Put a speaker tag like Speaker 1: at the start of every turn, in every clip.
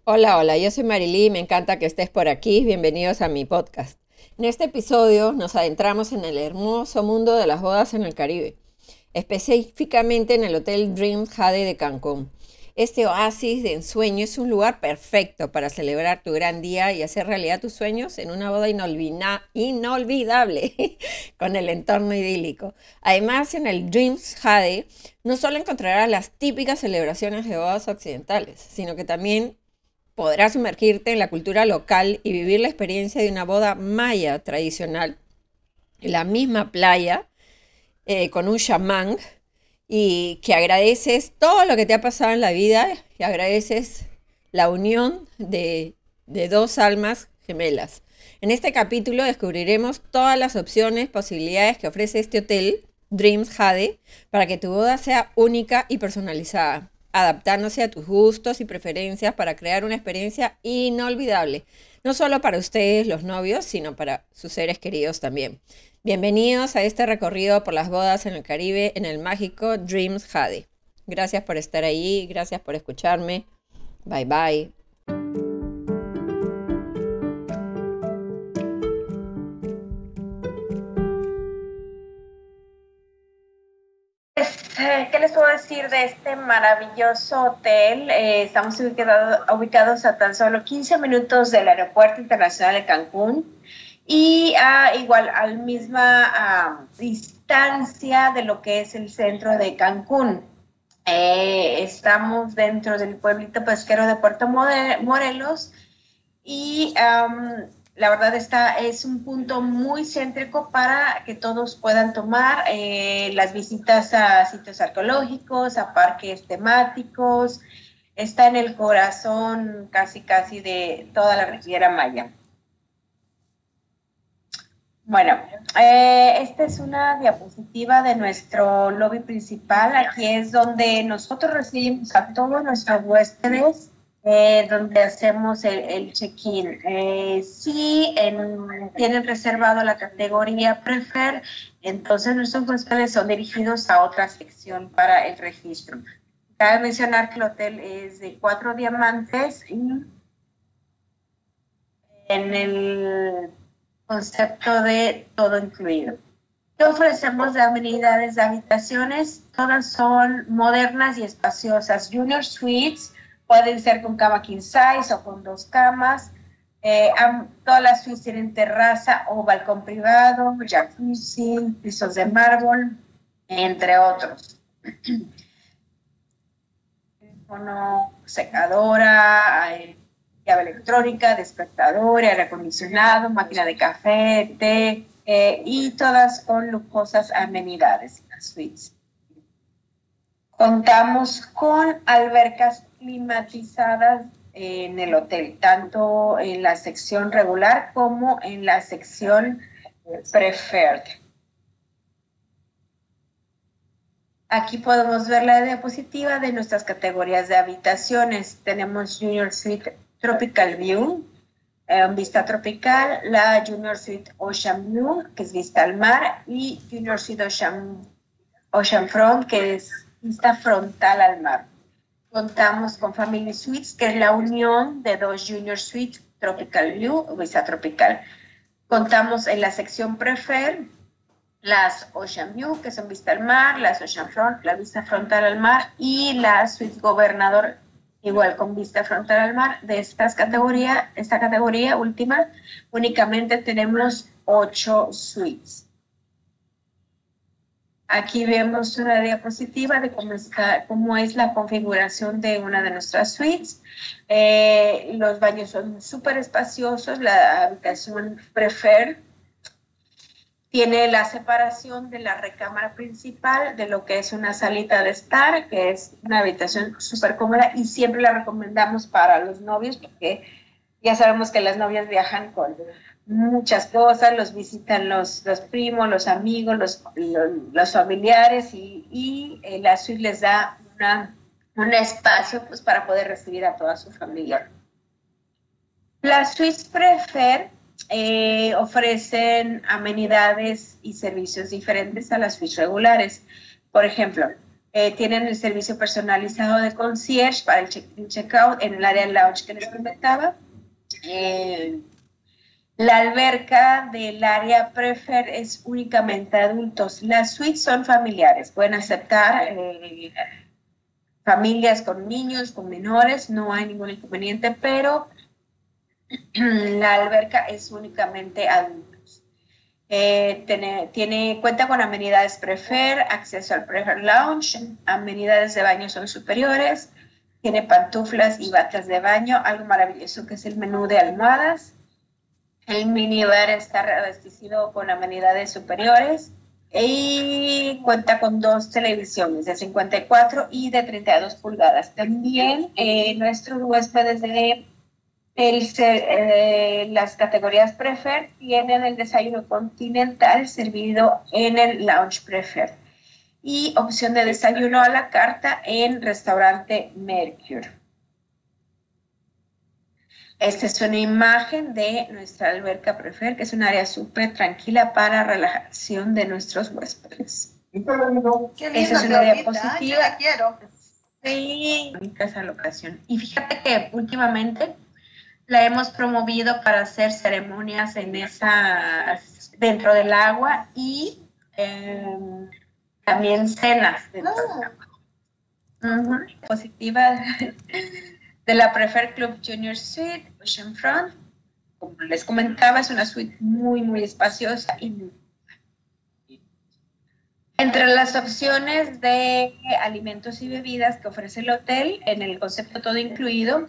Speaker 1: Hola, hola, yo soy Marily, me encanta que estés por aquí, bienvenidos a mi podcast. En este episodio nos adentramos en el hermoso mundo de las bodas en el Caribe, específicamente en el Hotel Dream Jade de Cancún. Este oasis de ensueño es un lugar perfecto para celebrar tu gran día y hacer realidad tus sueños en una boda inolvidable con el entorno idílico. Además, en el Dreams Jade no solo encontrarás las típicas celebraciones de bodas occidentales, sino que también podrás sumergirte en la cultura local y vivir la experiencia de una boda maya tradicional en la misma playa con un chamán y que agradeces todo lo que te ha pasado en la vida y agradeces la unión de dos almas gemelas. En este capítulo descubriremos todas las opciones, posibilidades que ofrece este hotel, Dreams Jade, para que tu boda sea única y personalizada, adaptándose a tus gustos y preferencias para crear una experiencia inolvidable, no solo para ustedes, los novios, sino para sus seres queridos también. Bienvenidos a este recorrido por las bodas en el Caribe en el mágico Dreams Jade. Gracias por estar ahí, gracias por escucharme. Bye bye.
Speaker 2: ¿Qué les puedo decir de este maravilloso hotel? Estamos ubicados a tan solo 15 minutos del Aeropuerto Internacional de Cancún y igual a la misma distancia de lo que es el centro de Cancún. Estamos dentro del pueblito pesquero de Puerto Morelos y la verdad es un punto muy céntrico para que todos puedan tomar las visitas a sitios arqueológicos, a parques temáticos. Está en el corazón casi de toda la Riviera Maya. Bueno, esta es una diapositiva de nuestro lobby principal. Aquí es donde nosotros recibimos a todos nuestros huéspedes, donde hacemos el check-in. Si tienen reservado la categoría Prefer, entonces nuestros huéspedes son dirigidos a otra sección para el registro. Cabe mencionar que el hotel es de 4 diamantes y en el concepto de todo incluido. ¿Qué ofrecemos de amenidades de habitaciones? Todas son modernas y espaciosas. Junior Suites pueden ser con cama king size o con 2 camas. Todas las suites tienen terraza o balcón privado, jacuzzi, pisos de mármol, entre otros. Teléfono, secadora, llave electrónica, despertador, aire acondicionado, máquina de café, té, y todas con lujosas amenidades en las suites. Contamos con albercas climatizadas en el hotel, tanto en la sección regular como en la sección preferred. Aquí podemos ver la diapositiva de nuestras categorías de habitaciones. Tenemos Junior Suite Tropical View, vista tropical, la Junior Suite Ocean View, que es vista al mar, y Junior Suite Ocean Front, que es vista frontal al mar. Contamos con Family Suites, que es la unión de 2 Junior Suite Tropical View, vista tropical. Contamos en la sección Prefer las Ocean View, que son vista al mar, las Ocean Front, la vista frontal al mar, y la Suite Gobernador, igual con vista frontal al mar. De esta categoría última, únicamente tenemos 8 suites. Aquí vemos una diapositiva de cómo es la configuración de una de nuestras suites. Los baños son súper espaciosos. La habitación Prefer tiene la separación de la recámara principal de lo que es una salita de estar, que es una habitación súper cómoda y siempre la recomendamos para los novios porque ya sabemos que las novias viajan con muchas cosas, los visitan los primos, los amigos, los familiares y la suite les da un espacio pues, para poder recibir a toda su familia. Las suites Prefer ofrecen amenidades y servicios diferentes a las suites regulares. Por ejemplo, Tienen el servicio personalizado de concierge para el check-in, check-out en el área lounge que les comentaba. La alberca del área Prefer es únicamente adultos. Las suites son familiares, pueden aceptar familias con niños, con menores, no hay ningún inconveniente, pero la alberca es únicamente adultos. Cuenta con amenidades Prefer, acceso al Prefer Lounge, amenidades de baño son superiores, tiene pantuflas y batas de baño, algo maravilloso que es el menú de almohadas. El minibar está revestido con amenidades superiores y cuenta con 2 televisiones de 54 y de 32 pulgadas. También nuestros huéspedes de las categorías Prefer tienen el desayuno continental servido en el Lounge Prefer y opción de desayuno a la carta en restaurante Mercure. Esta es una imagen de nuestra alberca Prefer, que es un área súper tranquila para relajación de nuestros huéspedes.
Speaker 3: Qué lindo,
Speaker 2: esa es una
Speaker 3: Glorita,
Speaker 2: diapositiva.
Speaker 3: yo la quiero.
Speaker 2: Sí, bonita esa locación. Y fíjate que últimamente la hemos promovido para hacer ceremonias dentro del agua y también cenas dentro del agua. Positiva de la Prefer Club Junior Suite, Oceanfront. Como les comentaba, es una suite muy, muy espaciosa y entre las opciones de alimentos y bebidas que ofrece el hotel, en el concepto todo incluido,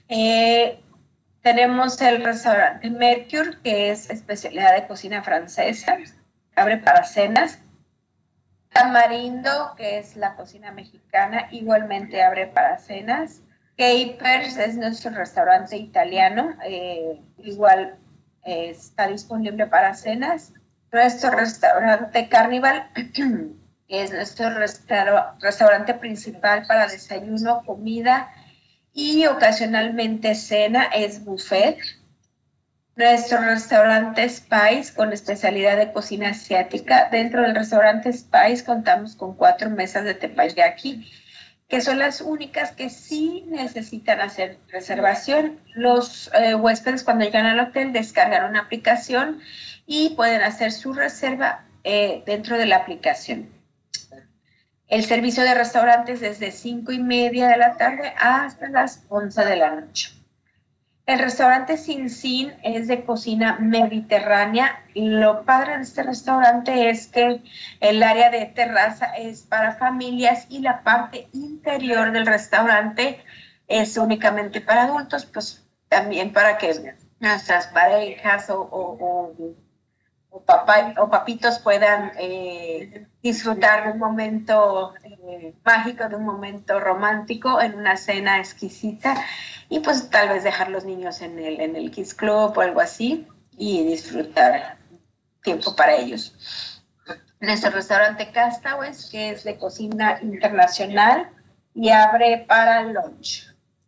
Speaker 2: tenemos el restaurante Mercure, que es especialidad de cocina francesa, abre para cenas. Tamarindo, que es la cocina mexicana, igualmente abre para cenas. Capers es nuestro restaurante italiano, igual está disponible para cenas. Nuestro restaurante Carnival, que es nuestro restaurante principal para desayuno, comida y ocasionalmente cena, es buffet. Nuestro restaurante Spice, con especialidad de cocina asiática. Dentro del restaurante Spice contamos con 4 mesas de teppanyaki, que son las únicas que sí necesitan hacer reservación. Los huéspedes cuando llegan al hotel descargan una aplicación y pueden hacer su reserva dentro de la aplicación. El servicio de restaurantes desde 5:30 de la tarde hasta las 11 de la noche. El restaurante Sin Sin es de cocina mediterránea. Lo padre de este restaurante es que el área de terraza es para familias y la parte interior del restaurante es únicamente para adultos, pues también para que nuestras parejas o papitos puedan disfrutar de un momento mágico, de un momento romántico en una cena exquisita y pues tal vez dejar los niños en el Kids Club o algo así y disfrutar tiempo para ellos. Nuestro restaurante Castaways, que es de cocina internacional y abre para lunch.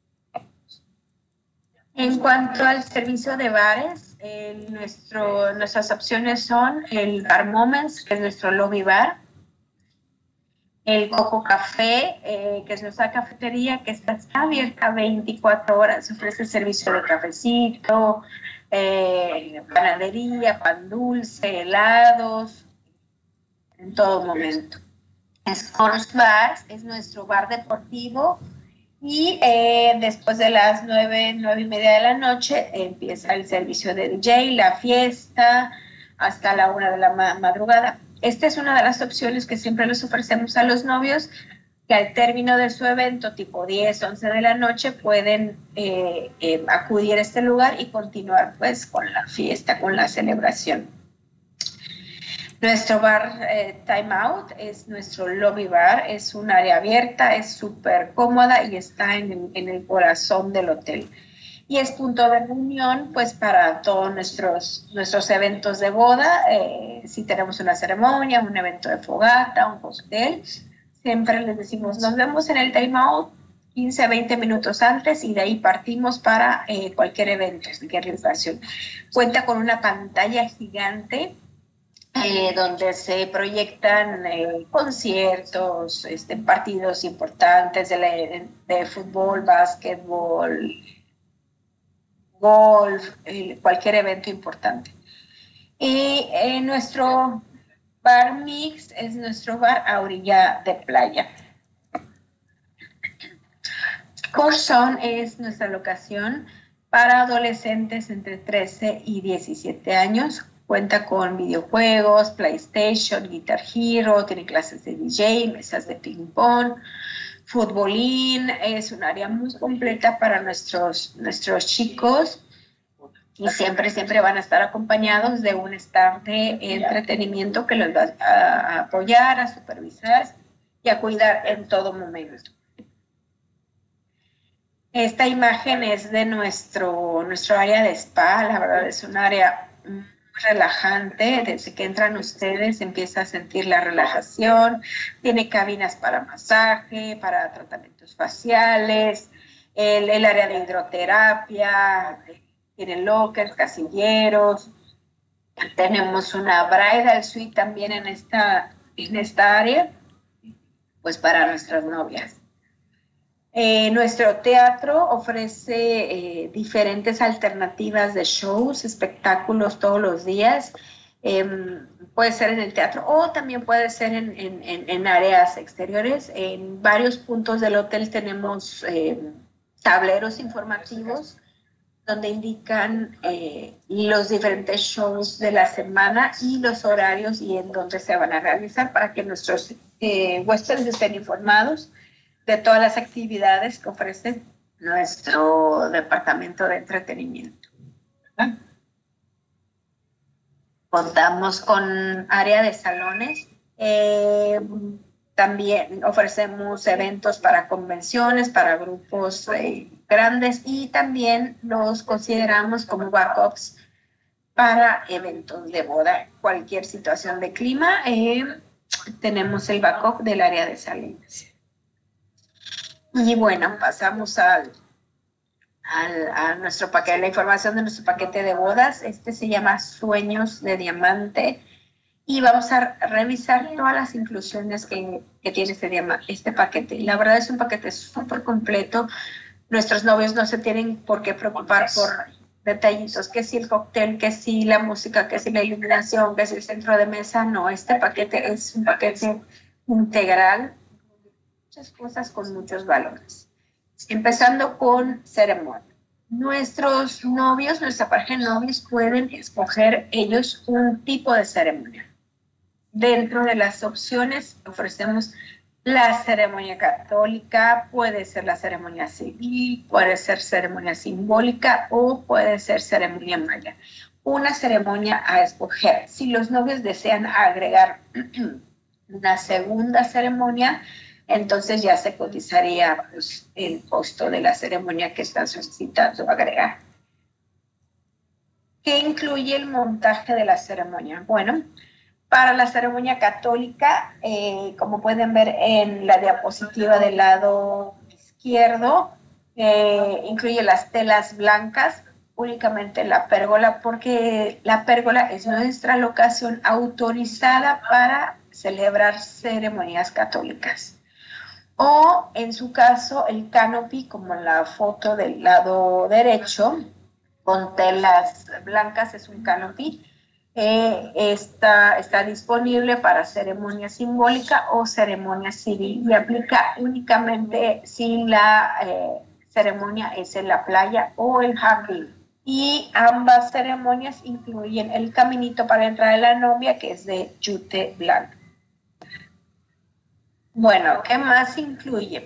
Speaker 2: En cuanto al servicio de bares, nuestras opciones son el Bar Moments, que es nuestro lobby bar, el Coco Café, que es nuestra cafetería, que está abierta 24 horas, ofrece servicio de cafecito, panadería, pan dulce, helados, en todo momento. Scores Bars es nuestro bar deportivo y después de las 9:30 de la noche empieza el servicio de DJ, la fiesta, hasta la 1 de la madrugada. Esta es una de las opciones que siempre les ofrecemos a los novios, que al término de su evento, tipo 10, 11 de la noche, pueden acudir a este lugar y continuar pues con la fiesta, con la celebración. Nuestro bar Time Out es nuestro lobby bar, es un área abierta, es súper cómoda y está en el corazón del hotel. Y es punto de reunión pues para todos nuestros eventos de boda, si tenemos una ceremonia, un evento de fogata, un cóctel, siempre les decimos nos vemos en el Time Out 15 a 20 minutos antes y de ahí partimos para cualquier evento, cualquier realización. Cuenta con una pantalla gigante donde se proyectan conciertos, partidos importantes de fútbol, básquetbol, golf, cualquier evento importante. Y nuestro bar mix es nuestro bar a orilla de playa. Corazón es nuestra locación para adolescentes entre 13 y 17 años. Cuenta con videojuegos, PlayStation, Guitar Hero, tiene clases de DJ, mesas de ping pong, futbolín. Es un área muy completa para nuestros chicos y siempre van a estar acompañados de un staff de entretenimiento que los va a apoyar, a supervisar y a cuidar en todo momento. Esta imagen es de nuestro área de spa. La verdad es un área muy relajante. Desde que entran ustedes empieza a sentir la relajación. Tiene cabinas para masaje, para tratamientos faciales, el área de hidroterapia, tiene lockers, casilleros. Tenemos una bridal suite también en esta área, pues para nuestras novias. Nuestro teatro ofrece diferentes alternativas de shows, espectáculos todos los días. Puede ser en el teatro o también puede ser en áreas exteriores. En varios puntos del hotel tenemos tableros informativos donde indican los diferentes shows de la semana y los horarios y en dónde se van a realizar para que nuestros huéspedes estén informados de todas las actividades que ofrece nuestro departamento de entretenimiento. ¿Verdad? Contamos con área de salones. También ofrecemos eventos para convenciones, para grupos grandes y también los consideramos como backups para eventos de boda. Cualquier situación de clima, tenemos el backup del área de salones. Y bueno, pasamos a nuestro paquete, la información de nuestro paquete de bodas. Este se llama Sueños de Diamante y vamos a revisar todas las inclusiones que tiene este paquete. La verdad es un paquete súper completo. Nuestros novios no se tienen por qué preocupar por detallitos, que si el cóctel, que si la música, que si la iluminación, que si el centro de mesa. No, este paquete es un paquete integral, muchas cosas con muchos valores. Empezando con ceremonia. Nuestros novios, nuestra pareja de novios pueden escoger ellos un tipo de ceremonia. Dentro de las opciones ofrecemos la ceremonia católica, puede ser la ceremonia civil, puede ser ceremonia simbólica o puede ser ceremonia maya. Una ceremonia a escoger. Si los novios desean agregar una segunda ceremonia, entonces ya se cotizaría pues, el costo de la ceremonia que están solicitando agregar. ¿Qué incluye el montaje de la ceremonia? Bueno, para la ceremonia católica, como pueden ver en la diapositiva del lado izquierdo, incluye las telas blancas, únicamente la pérgola, porque la pérgola es nuestra locación autorizada para celebrar ceremonias católicas. O en su caso el canopy, como en la foto del lado derecho, con telas blancas, es un canopy. Está disponible para ceremonia simbólica o ceremonia civil y aplica únicamente si la ceremonia es en la playa o el jardín. Y ambas ceremonias incluyen el caminito para entrar a la novia, que es de yute blanco. Bueno, ¿qué más incluye?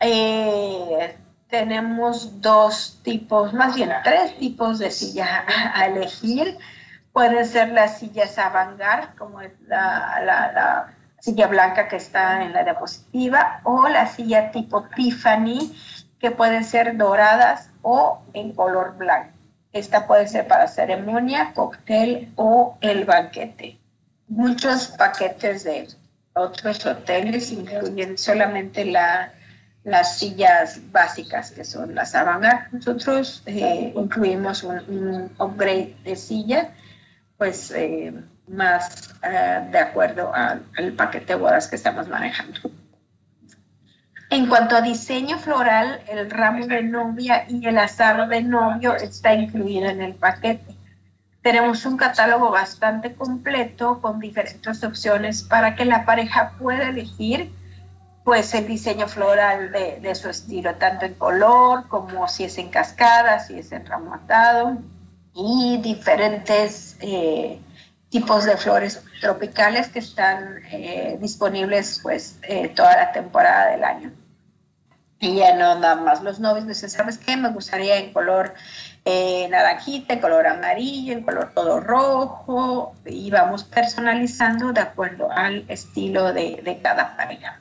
Speaker 2: Tenemos tres tipos de sillas a elegir. Pueden ser las sillas avant-garde, como es la silla blanca que está en la diapositiva, o la silla tipo Tiffany, que pueden ser doradas o en color blanco. Esta puede ser para ceremonia, cóctel o el banquete. Muchos paquetes de otros hoteles incluyen solamente las sillas básicas, que son las avant-garde. Nosotros incluimos un upgrade de silla, pues más de acuerdo al paquete de bodas que estamos manejando. En cuanto a diseño floral, el ramo de novia y el azar de novio está incluido en el paquete. Tenemos un catálogo bastante completo con diferentes opciones para que la pareja pueda elegir pues el diseño floral de su estilo, tanto en color como si es en cascada, si es en ramo atado, y diferentes tipos de flores tropicales que están disponibles pues toda la temporada del año. Y ya no nada más los novios dicen, ¿sabes qué? Me gustaría en color naranjita, en color amarillo, en color todo rojo, y vamos personalizando de acuerdo al estilo de cada pareja.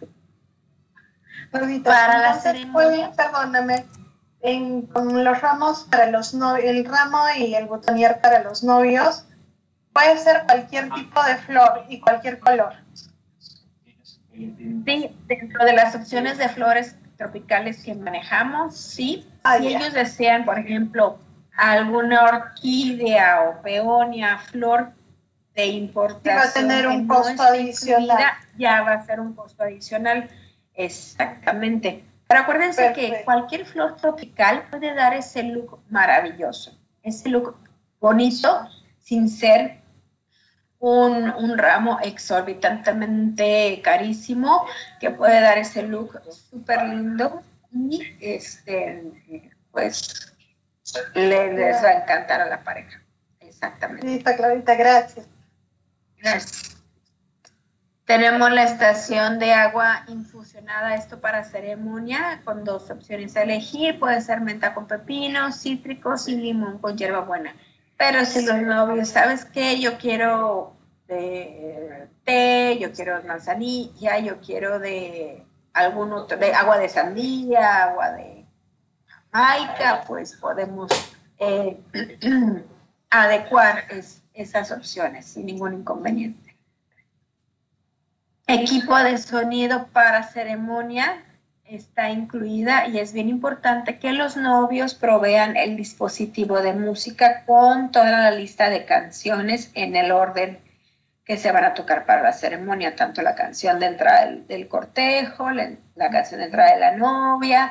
Speaker 3: Para la ceremonia, perdóname, con los ramos para los novios, el ramo y el botonier para los novios, puede ser cualquier tipo de flor y cualquier color.
Speaker 2: Sí, dentro de las opciones de flores tropicales que manejamos, sí. Si ellos desean, por ejemplo, alguna orquídea o peonia, flor de importación,
Speaker 3: va a tener un costo adicional.
Speaker 2: Ya va a ser un costo adicional, exactamente. Pero acuérdense que cualquier flor tropical puede dar ese look maravilloso, ese look bonito, sin ser un ramo exorbitantemente carísimo, que puede dar ese look súper lindo y pues les va a encantar a la pareja. Exactamente.
Speaker 3: Listo, Clarita, gracias.
Speaker 2: Gracias. Tenemos la estación de agua infusionada, esto para ceremonia, con 2 opciones a elegir. Puede ser menta con pepino, cítricos y limón con hierbabuena. Pero si los novios, ¿sabes qué? Yo quiero de té, yo quiero de manzanilla, yo quiero de algún otro, de agua de sandía, agua de jamaica, pues podemos adecuar esas opciones sin ningún inconveniente. Equipo de sonido para ceremonia está incluida y es bien importante que los novios provean el dispositivo de música con toda la lista de canciones en el orden que se van a tocar para la ceremonia, tanto la canción de entrada del cortejo, la canción de entrada de la novia,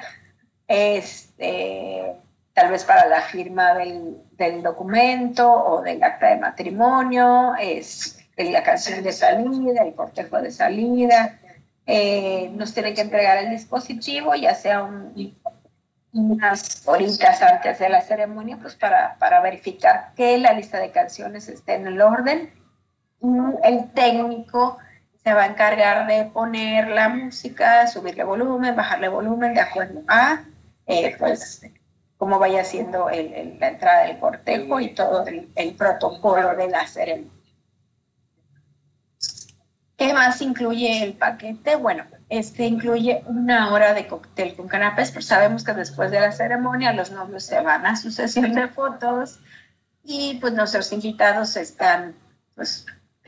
Speaker 2: tal vez para la firma del documento o del acta de matrimonio, la canción de salida, el cortejo de salida. Nos tienen que entregar el dispositivo, ya sea unas horitas antes de la ceremonia, pues para verificar que la lista de canciones esté en el orden. El técnico se va a encargar de poner la música, subirle volumen, bajarle volumen, de acuerdo a pues cómo vaya siendo la entrada del cortejo y todo el protocolo de la ceremonia. ¿Qué más incluye el paquete? Bueno, incluye 1 hora de cóctel con canapés, pues sabemos que después de la ceremonia los novios se van a su sesión de fotos y pues nuestros invitados están pues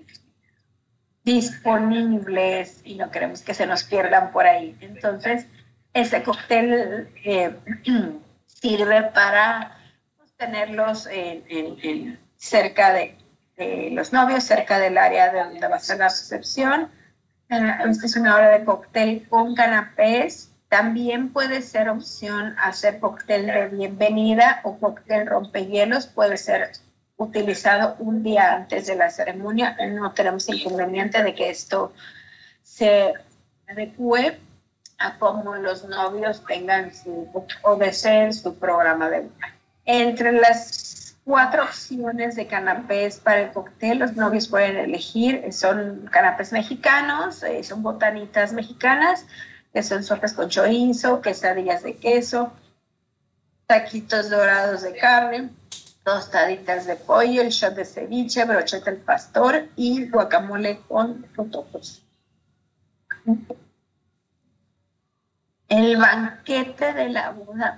Speaker 2: disponibles y no queremos que se nos pierdan por ahí. Entonces, ese cóctel sirve para pues, tenerlos cerca de los novios, cerca del área de donde va a ser la recepción. Esta es 1 hora de cóctel con canapés. También puede ser opción hacer cóctel de bienvenida o cóctel rompehielos. Puede ser utilizado un día antes de la ceremonia. No tenemos inconveniente de que esto se adecue a cómo los novios tengan o deseen su programa de boda. Entre las 4 opciones de canapés para el cóctel, los novios pueden elegir, son canapés mexicanos, son botanitas mexicanas, que son sopes con chorizo, quesadillas de queso, taquitos dorados de carne, tostaditas de pollo, el shot de ceviche, brocheta al pastor y guacamole con totopos. El banquete de la boda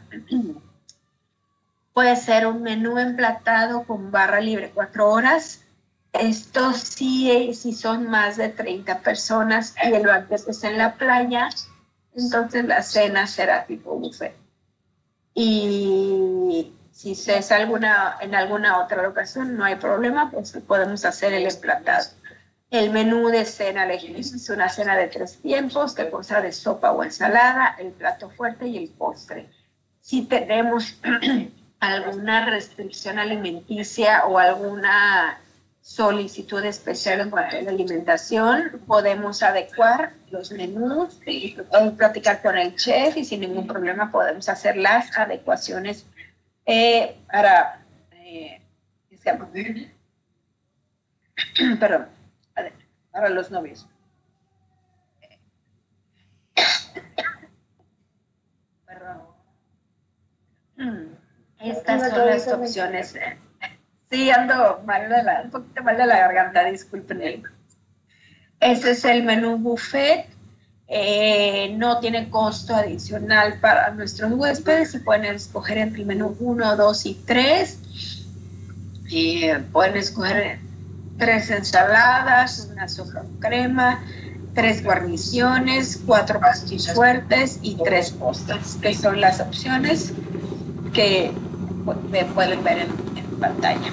Speaker 2: puede ser un menú emplatado con barra libre 4 horas. Esto sí, si son más de 30 personas y el banquete está en la playa, entonces la cena será tipo buffet. Y Si es en alguna otra ocasión, no hay problema, pues podemos hacer el emplatado. El menú de cena elegimos es una cena de 3 tiempos, que consta de sopa o ensalada, el plato fuerte y el postre. Si tenemos alguna restricción alimenticia o alguna solicitud especial en cuanto a la alimentación, podemos adecuar los menús y podemos platicar con el chef y sin ningún problema podemos hacer las adecuaciones para perdón, para los novios. Perdón. Estas son las opciones. Sí, ando un poquito mal de la garganta, disculpen. Ese es el menú buffet. No tiene costo adicional para nuestros huéspedes. Se pueden escoger entre el menú 1, 2 y 3. Pueden escoger 3 ensaladas, una sopa con crema, 3 guarniciones, 4 pastillas fuertes y 3 postres, que son las opciones que pueden ver en pantalla.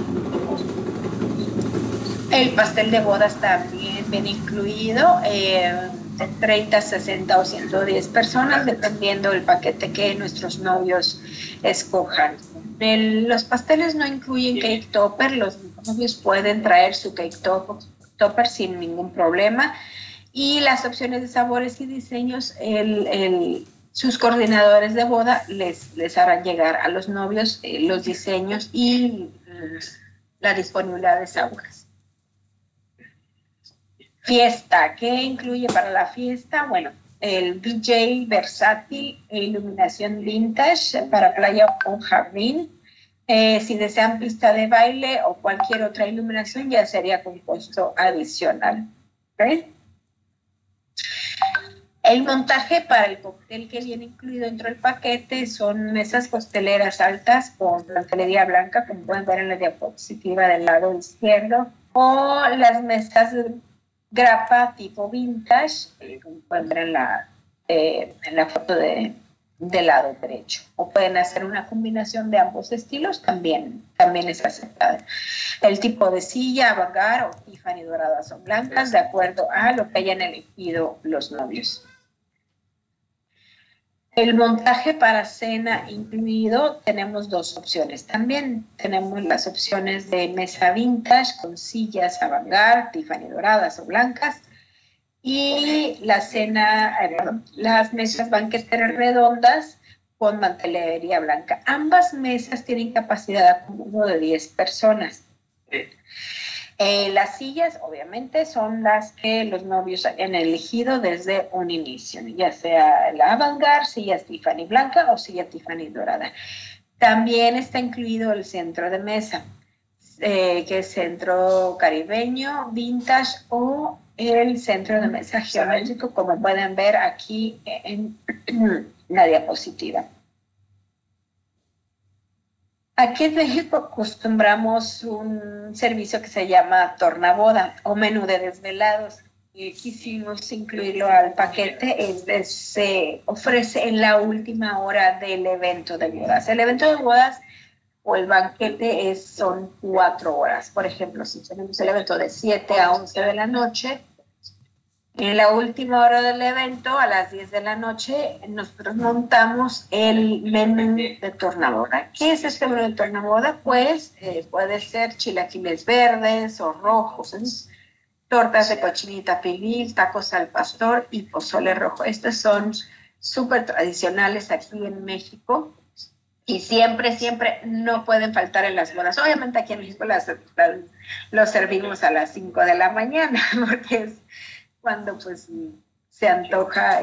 Speaker 2: El pastel de bodas también viene incluido, de 30, 60 o 110 personas, dependiendo del paquete que nuestros novios escojan. Los pasteles no incluyen cake topper, los novios pueden traer su cake topper sin ningún problema. Y las opciones de sabores y diseños, sus coordinadores de boda les harán llegar a los novios los diseños y la disponibilidad de sabores. Fiesta, ¿qué incluye para la fiesta? Bueno, el DJ versátil e iluminación vintage para playa o jardín. Si desean pista de baile o cualquier otra iluminación, ya sería con costo adicional. ¿Okay? El montaje para el cóctel que viene incluido dentro del paquete son esas costeleras altas con mantelería blanca, como pueden ver en la diapositiva del lado izquierdo, o las mesas de grapa tipo vintage, como pueden ver en la foto del lado derecho. O pueden hacer una combinación de ambos estilos, también es aceptable. El tipo de silla, avant-garde o Tiffany doradas o blancas, de acuerdo a lo que hayan elegido los novios. El montaje para cena incluido, tenemos 2 opciones también. Tenemos las opciones de mesa vintage con sillas avant-garde, Tiffany doradas o blancas, y las mesas banqueteras redondas con mantelería blanca. Ambas mesas tienen capacidad de acúmulo de 10 personas. Las sillas, obviamente, son las que los novios han elegido desde un inicio, ya sea la avant-garde, silla Tiffany blanca o silla Tiffany dorada. También está incluido el centro de mesa, que es centro caribeño, vintage o el centro de mesa geométrico, como pueden ver aquí en la diapositiva. Aquí en México acostumbramos un servicio que se llama tornaboda o menú de desvelados. Quisimos incluirlo al paquete. Se ofrece en la última hora del evento de bodas. El evento de bodas o el banquete son 4 horas. Por ejemplo, si tenemos el evento de 7 a 11 de la noche, en la última hora del evento, a las 10 de la noche, nosotros montamos el menú de tornaboda. ¿Qué es este menú de tornaboda? Pues puede ser chilaquiles verdes o rojos, tortas de cochinita pibil, tacos al pastor y pozole rojo. Estos son súper tradicionales aquí en México y siempre no pueden faltar en las bodas. Obviamente aquí en México los servimos a las 5 de la mañana porque es cuando pues se antoja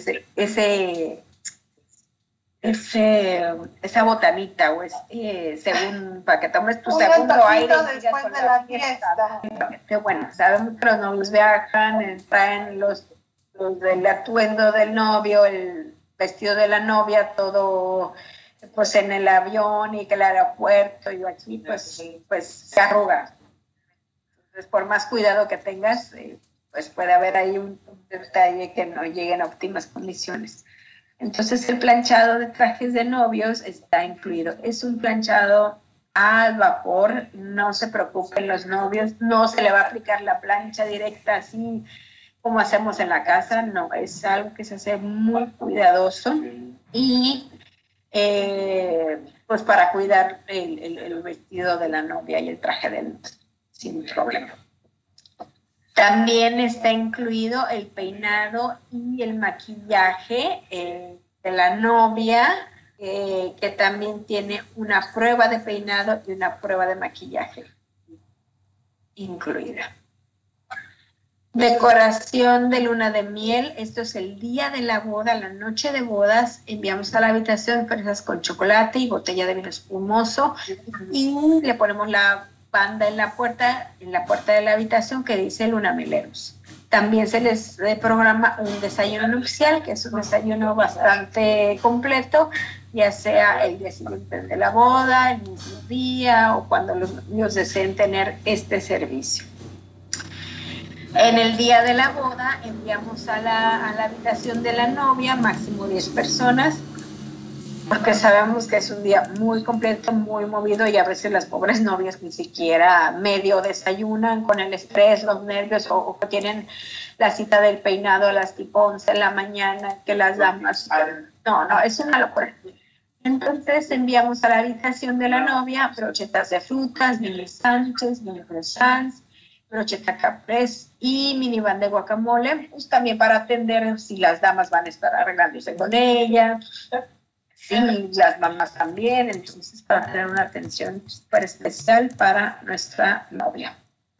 Speaker 2: esa botanita o según para que tomes tu segundo aire
Speaker 3: después de la fiesta.
Speaker 2: Que bueno, sabemos que los novios viajan, traen los del atuendo del novio, el vestido de la novia, todo pues en el avión y que el aeropuerto y aquí pues se arruga. Entonces por más cuidado que tengas, pues puede haber ahí un detalle que no llegue en óptimas condiciones. Entonces el planchado de trajes de novios está incluido. Es un planchado al vapor, no se preocupen los novios, no se le va a aplicar la plancha directa así como hacemos en la casa, no, es algo que se hace muy cuidadoso y pues para cuidar el vestido de la novia y el traje de novia, sin problema. También está incluido el peinado y el maquillaje de la novia, que también tiene una prueba de peinado y una prueba de maquillaje incluida. Decoración de luna de miel, esto es el día de la boda, la noche de bodas, enviamos a la habitación fresas con chocolate y botella de vino espumoso y le ponemos la banda en la puerta de la habitación que dice Luna Meleros. También se les programa un desayuno nupcial, que es un desayuno bastante completo, ya sea el día siguiente de la boda, el mismo día o cuando los niños deseen tener este servicio. En el día de la boda enviamos a la habitación de la novia máximo 10 personas, porque sabemos que es un día muy completo, muy movido y a veces las pobres novias ni siquiera medio desayunan con el estrés, los nervios o que tienen la cita del peinado a las tipo 11 de la mañana, que las damas... No, es una locura. Entonces enviamos a la habitación de la novia brochetas de frutas, mini sánchez, mini croissants, brocheta caprese y minivan de guacamole, pues también para atender si las damas van a estar arreglándose con ella, sí, las mamás también, entonces para tener una atención súper especial para nuestra novia.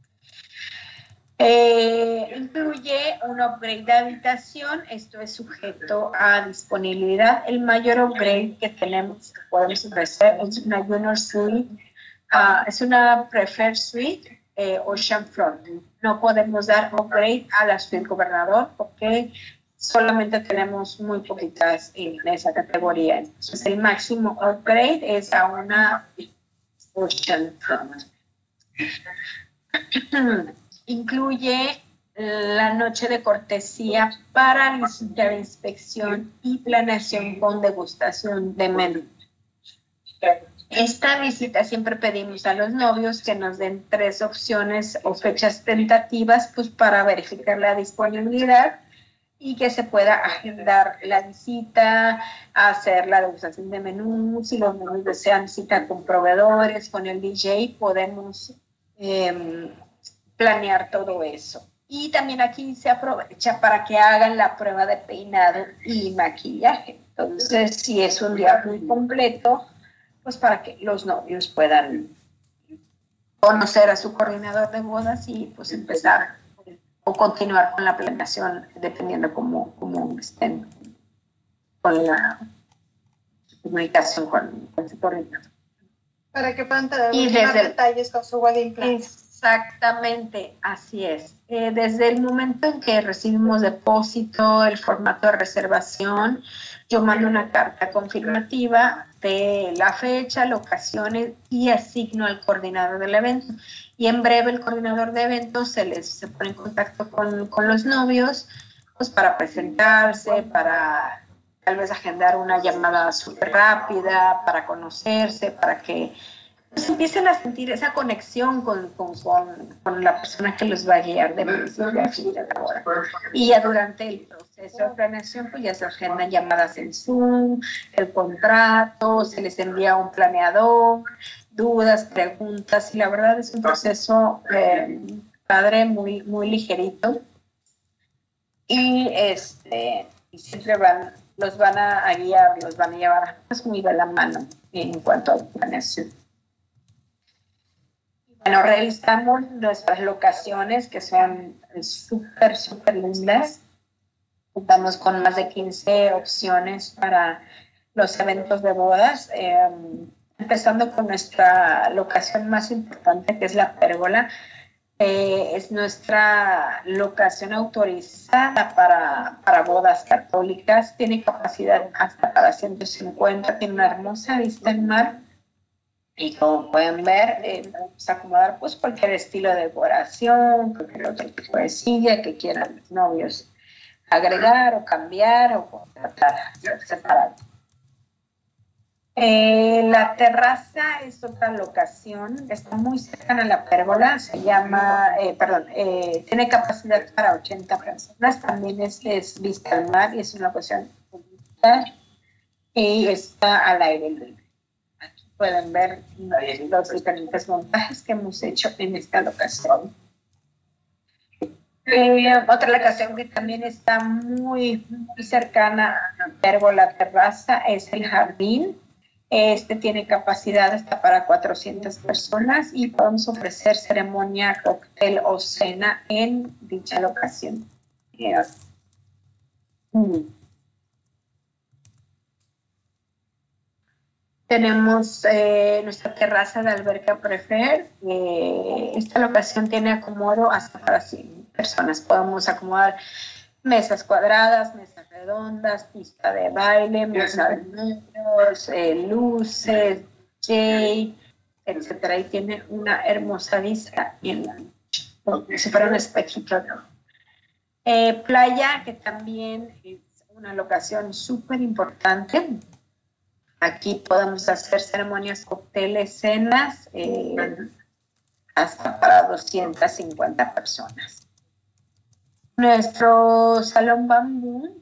Speaker 2: Incluye un upgrade de habitación, esto es sujeto a disponibilidad. El mayor upgrade que tenemos, que podemos ofrecer, es una Junior Suite, es una Preferred Suite, Oceanfront. No podemos dar upgrade a la suite gobernador porque solamente tenemos muy poquitas en esa categoría. Entonces, el máximo upgrade es a una Oceanfront. Incluye la noche de cortesía para visitar, inspección y planeación con degustación de menú. Esta visita siempre pedimos a los novios que nos den 3 opciones o fechas tentativas pues para verificar la disponibilidad y que se pueda agendar la visita, hacer la degustación de menú. Si los novios desean cita con proveedores, con el DJ, podemos planear todo eso. Y también aquí se aprovecha para que hagan la prueba de peinado y maquillaje. Entonces, si es un día muy completo, pues para que los novios puedan conocer a su coordinador de bodas y pues empezar o continuar con la planeación dependiendo cómo estén con la comunicación con su coordinador.
Speaker 3: Para que puedan tener más detalles con su wedding plan.
Speaker 2: Exactamente, así es. Desde el momento en que recibimos depósito, el formato de reservación, yo mando una carta confirmativa de la fecha, la ocasión y asigno al coordinador del evento. Y en breve el coordinador de eventos se pone en contacto con los novios pues para presentarse, para tal vez agendar una llamada súper rápida, para conocerse, para que pues empiecen a sentir esa conexión con la persona que los va a guiar de principio a fin de la hora. Y ya durante el proceso de planeación, pues ya se agendan llamadas en Zoom, el contrato, se les envía un planeador, dudas, preguntas, y la verdad es un proceso padre, muy, muy ligerito. Y siempre los van a guiar, los van a llevar pues, muy de la mano en cuanto a planeación. Bueno, realizamos nuestras locaciones que son súper, súper lindas. Contamos con más de 15 opciones para los eventos de bodas. Empezando con nuestra locación más importante, que es la pérgola. Es nuestra locación autorizada para bodas católicas. Tiene capacidad hasta para 150. Tiene una hermosa vista al mar. Y como pueden ver, vamos a acomodar pues cualquier estilo de decoración, cualquier otro tipo de silla que quieran los novios agregar o cambiar o contratar separado. La terraza es otra locación, está muy cercana a la pérgola, se llama, tiene capacidad para 80 personas, también es vista al mar y es una locación pública y está al aire libre. Aquí pueden ver los diferentes montajes que hemos hecho en esta locación. Otra locación que también está muy cercana a la pérgola terraza es el jardín. Este tiene capacidad hasta para 400 personas y podemos ofrecer ceremonia, cóctel o cena en dicha locación. Tenemos nuestra terraza de alberca Prefer. Esta locación tiene acomodo hasta para 100 personas. Podemos acomodar mesas cuadradas, mesas redondas, pista de baile, mesa de números, luces, DJ, etcétera. Y tiene una hermosa vista en la noche, como si fuera un espejito de oro. Playa, que también es una locación súper importante. Aquí podemos hacer ceremonias, cócteles, cenas, hasta para 250 personas. Nuestro salón bambú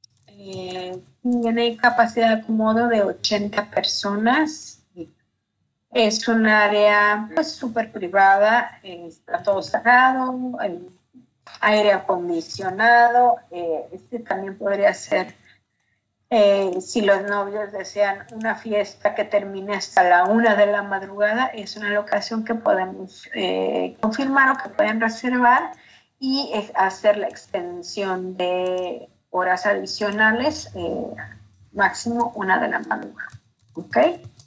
Speaker 2: tiene capacidad de acomodo de 80 personas. Es un área pues súper privada, está todo cerrado, el aire acondicionado. Este también podría ser, si los novios desean una fiesta que termine hasta la 1 de la madrugada, es una locación que podemos confirmar o que pueden reservar y hacer la extensión de horas adicionales, máximo 1 de la madrugada. ¿Ok?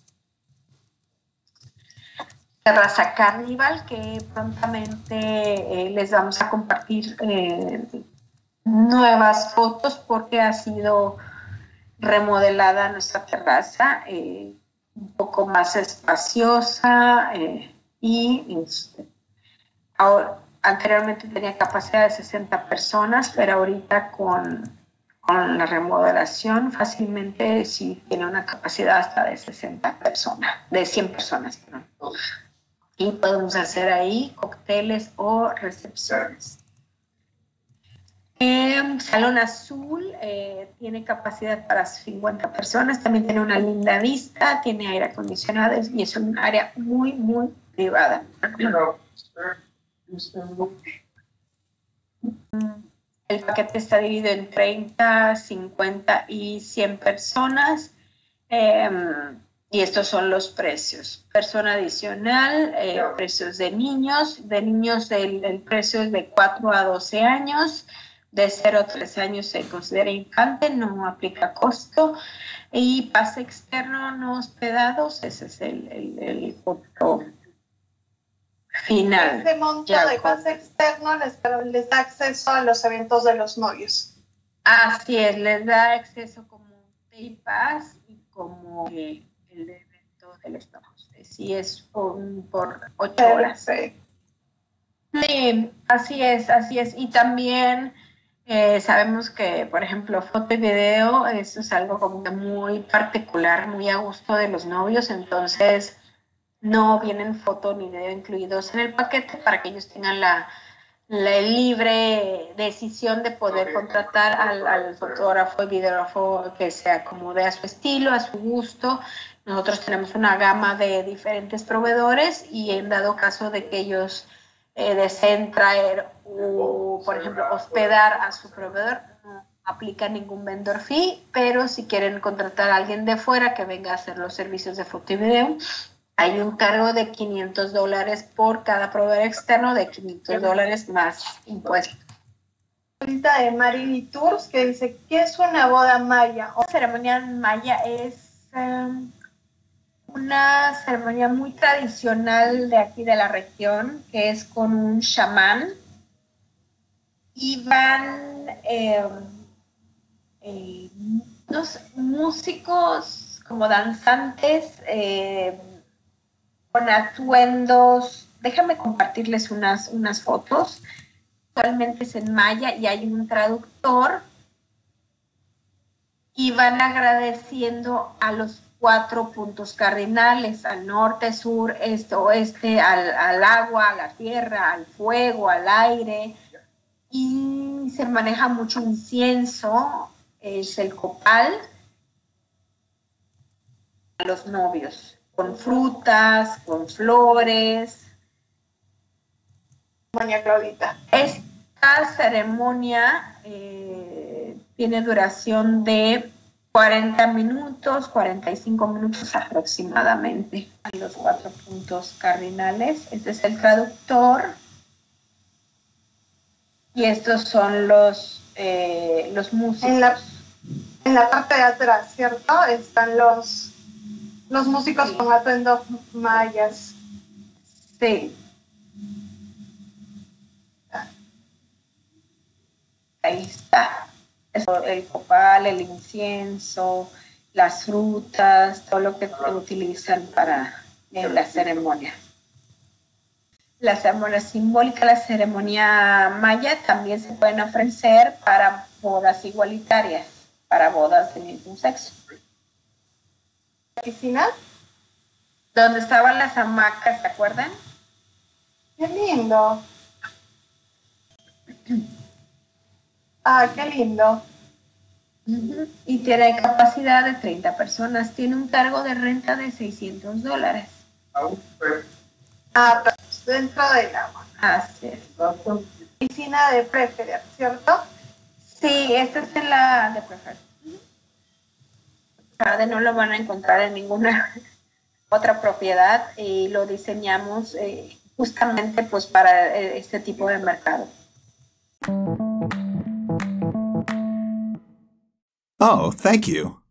Speaker 2: Terraza Carnival, que prontamente les vamos a compartir nuevas fotos porque ha sido remodelada nuestra terraza, un poco más espaciosa y ahora, anteriormente tenía capacidad de 60 personas, pero ahorita con la remodelación fácilmente sí tiene una capacidad hasta de 60 personas, de 100 personas, perdón. Y podemos hacer ahí cócteles o recepciones. Salón Azul tiene capacidad para 50 personas, también tiene una linda vista, tiene aire acondicionado y es un área muy, muy privada. El paquete está dividido en 30, 50 y 100 personas. Y estos son los precios. Persona adicional, precios de niños. De niños el precio es de 4 a 12 años. De 0 a 3 años se considera infante, no aplica costo. Y pase externo no hospedados, ese es el costo final.
Speaker 3: Este monto de pase externo les da acceso a los eventos de los novios.
Speaker 2: Así es, les da acceso como un day pass y como el evento del estómago. Sí, es por 8 horas. Sí, así es. Y también sabemos que, por ejemplo, foto y video, eso es algo como que muy particular, muy a gusto de los novios, entonces no vienen foto ni video incluidos en el paquete para que ellos tengan la libre decisión de poder contratar al fotógrafo y videógrafo que se acomode a su estilo, a su gusto. Nosotros tenemos una gama de diferentes proveedores y en dado caso de que ellos deseen traer o, por ejemplo, hospedar a su proveedor, no aplica ningún vendor fee, pero si quieren contratar a alguien de fuera que venga a hacer los servicios de foto y video, hay un cargo de $500 por cada proveedor externo, de $500 más impuestos.
Speaker 3: Ahorita de Marini Tours, que dice, ¿qué es una boda maya?
Speaker 2: La ceremonia maya es una ceremonia muy tradicional de aquí de la región, que es con un chamán y van los músicos como danzantes con atuendos. Déjame compartirles unas fotos usualmente es en maya y hay un traductor, y van agradeciendo a los 4 puntos cardinales, al norte, sur, este, oeste, al agua, a la tierra, al fuego, al aire, y se maneja mucho incienso, es el copal, a los novios, con frutas, con flores.
Speaker 3: Doña Claudita.
Speaker 2: Esta ceremonia tiene duración de 40 minutos, 45 minutos aproximadamente. Hay los 4 puntos cardinales. Este es el traductor. Y estos son los músicos.
Speaker 3: En la parte de atrás, ¿cierto? Están los músicos con atuendos mayas.
Speaker 2: Sí. Ahí está. El copal, el incienso, las frutas, todo lo que utilizan para la ceremonia. La ceremonia simbólica, la ceremonia maya también se pueden ofrecer para bodas igualitarias, para bodas de mismo sexo.
Speaker 3: ¿La piscina?
Speaker 2: Donde estaban las hamacas, ¿se acuerdan?
Speaker 3: ¡Qué lindo! ¡Ah, qué lindo!
Speaker 2: Y tiene capacidad de 30 personas. Tiene un cargo de renta de $600.
Speaker 3: Ah, pero dentro del agua.
Speaker 2: Así es.
Speaker 3: Piscina de Preferer, ¿cierto?
Speaker 2: Sí, esta es en la de Preferred. No lo van a encontrar en ninguna otra propiedad y lo diseñamos justamente pues para este tipo de mercado.
Speaker 4: Oh, thank you.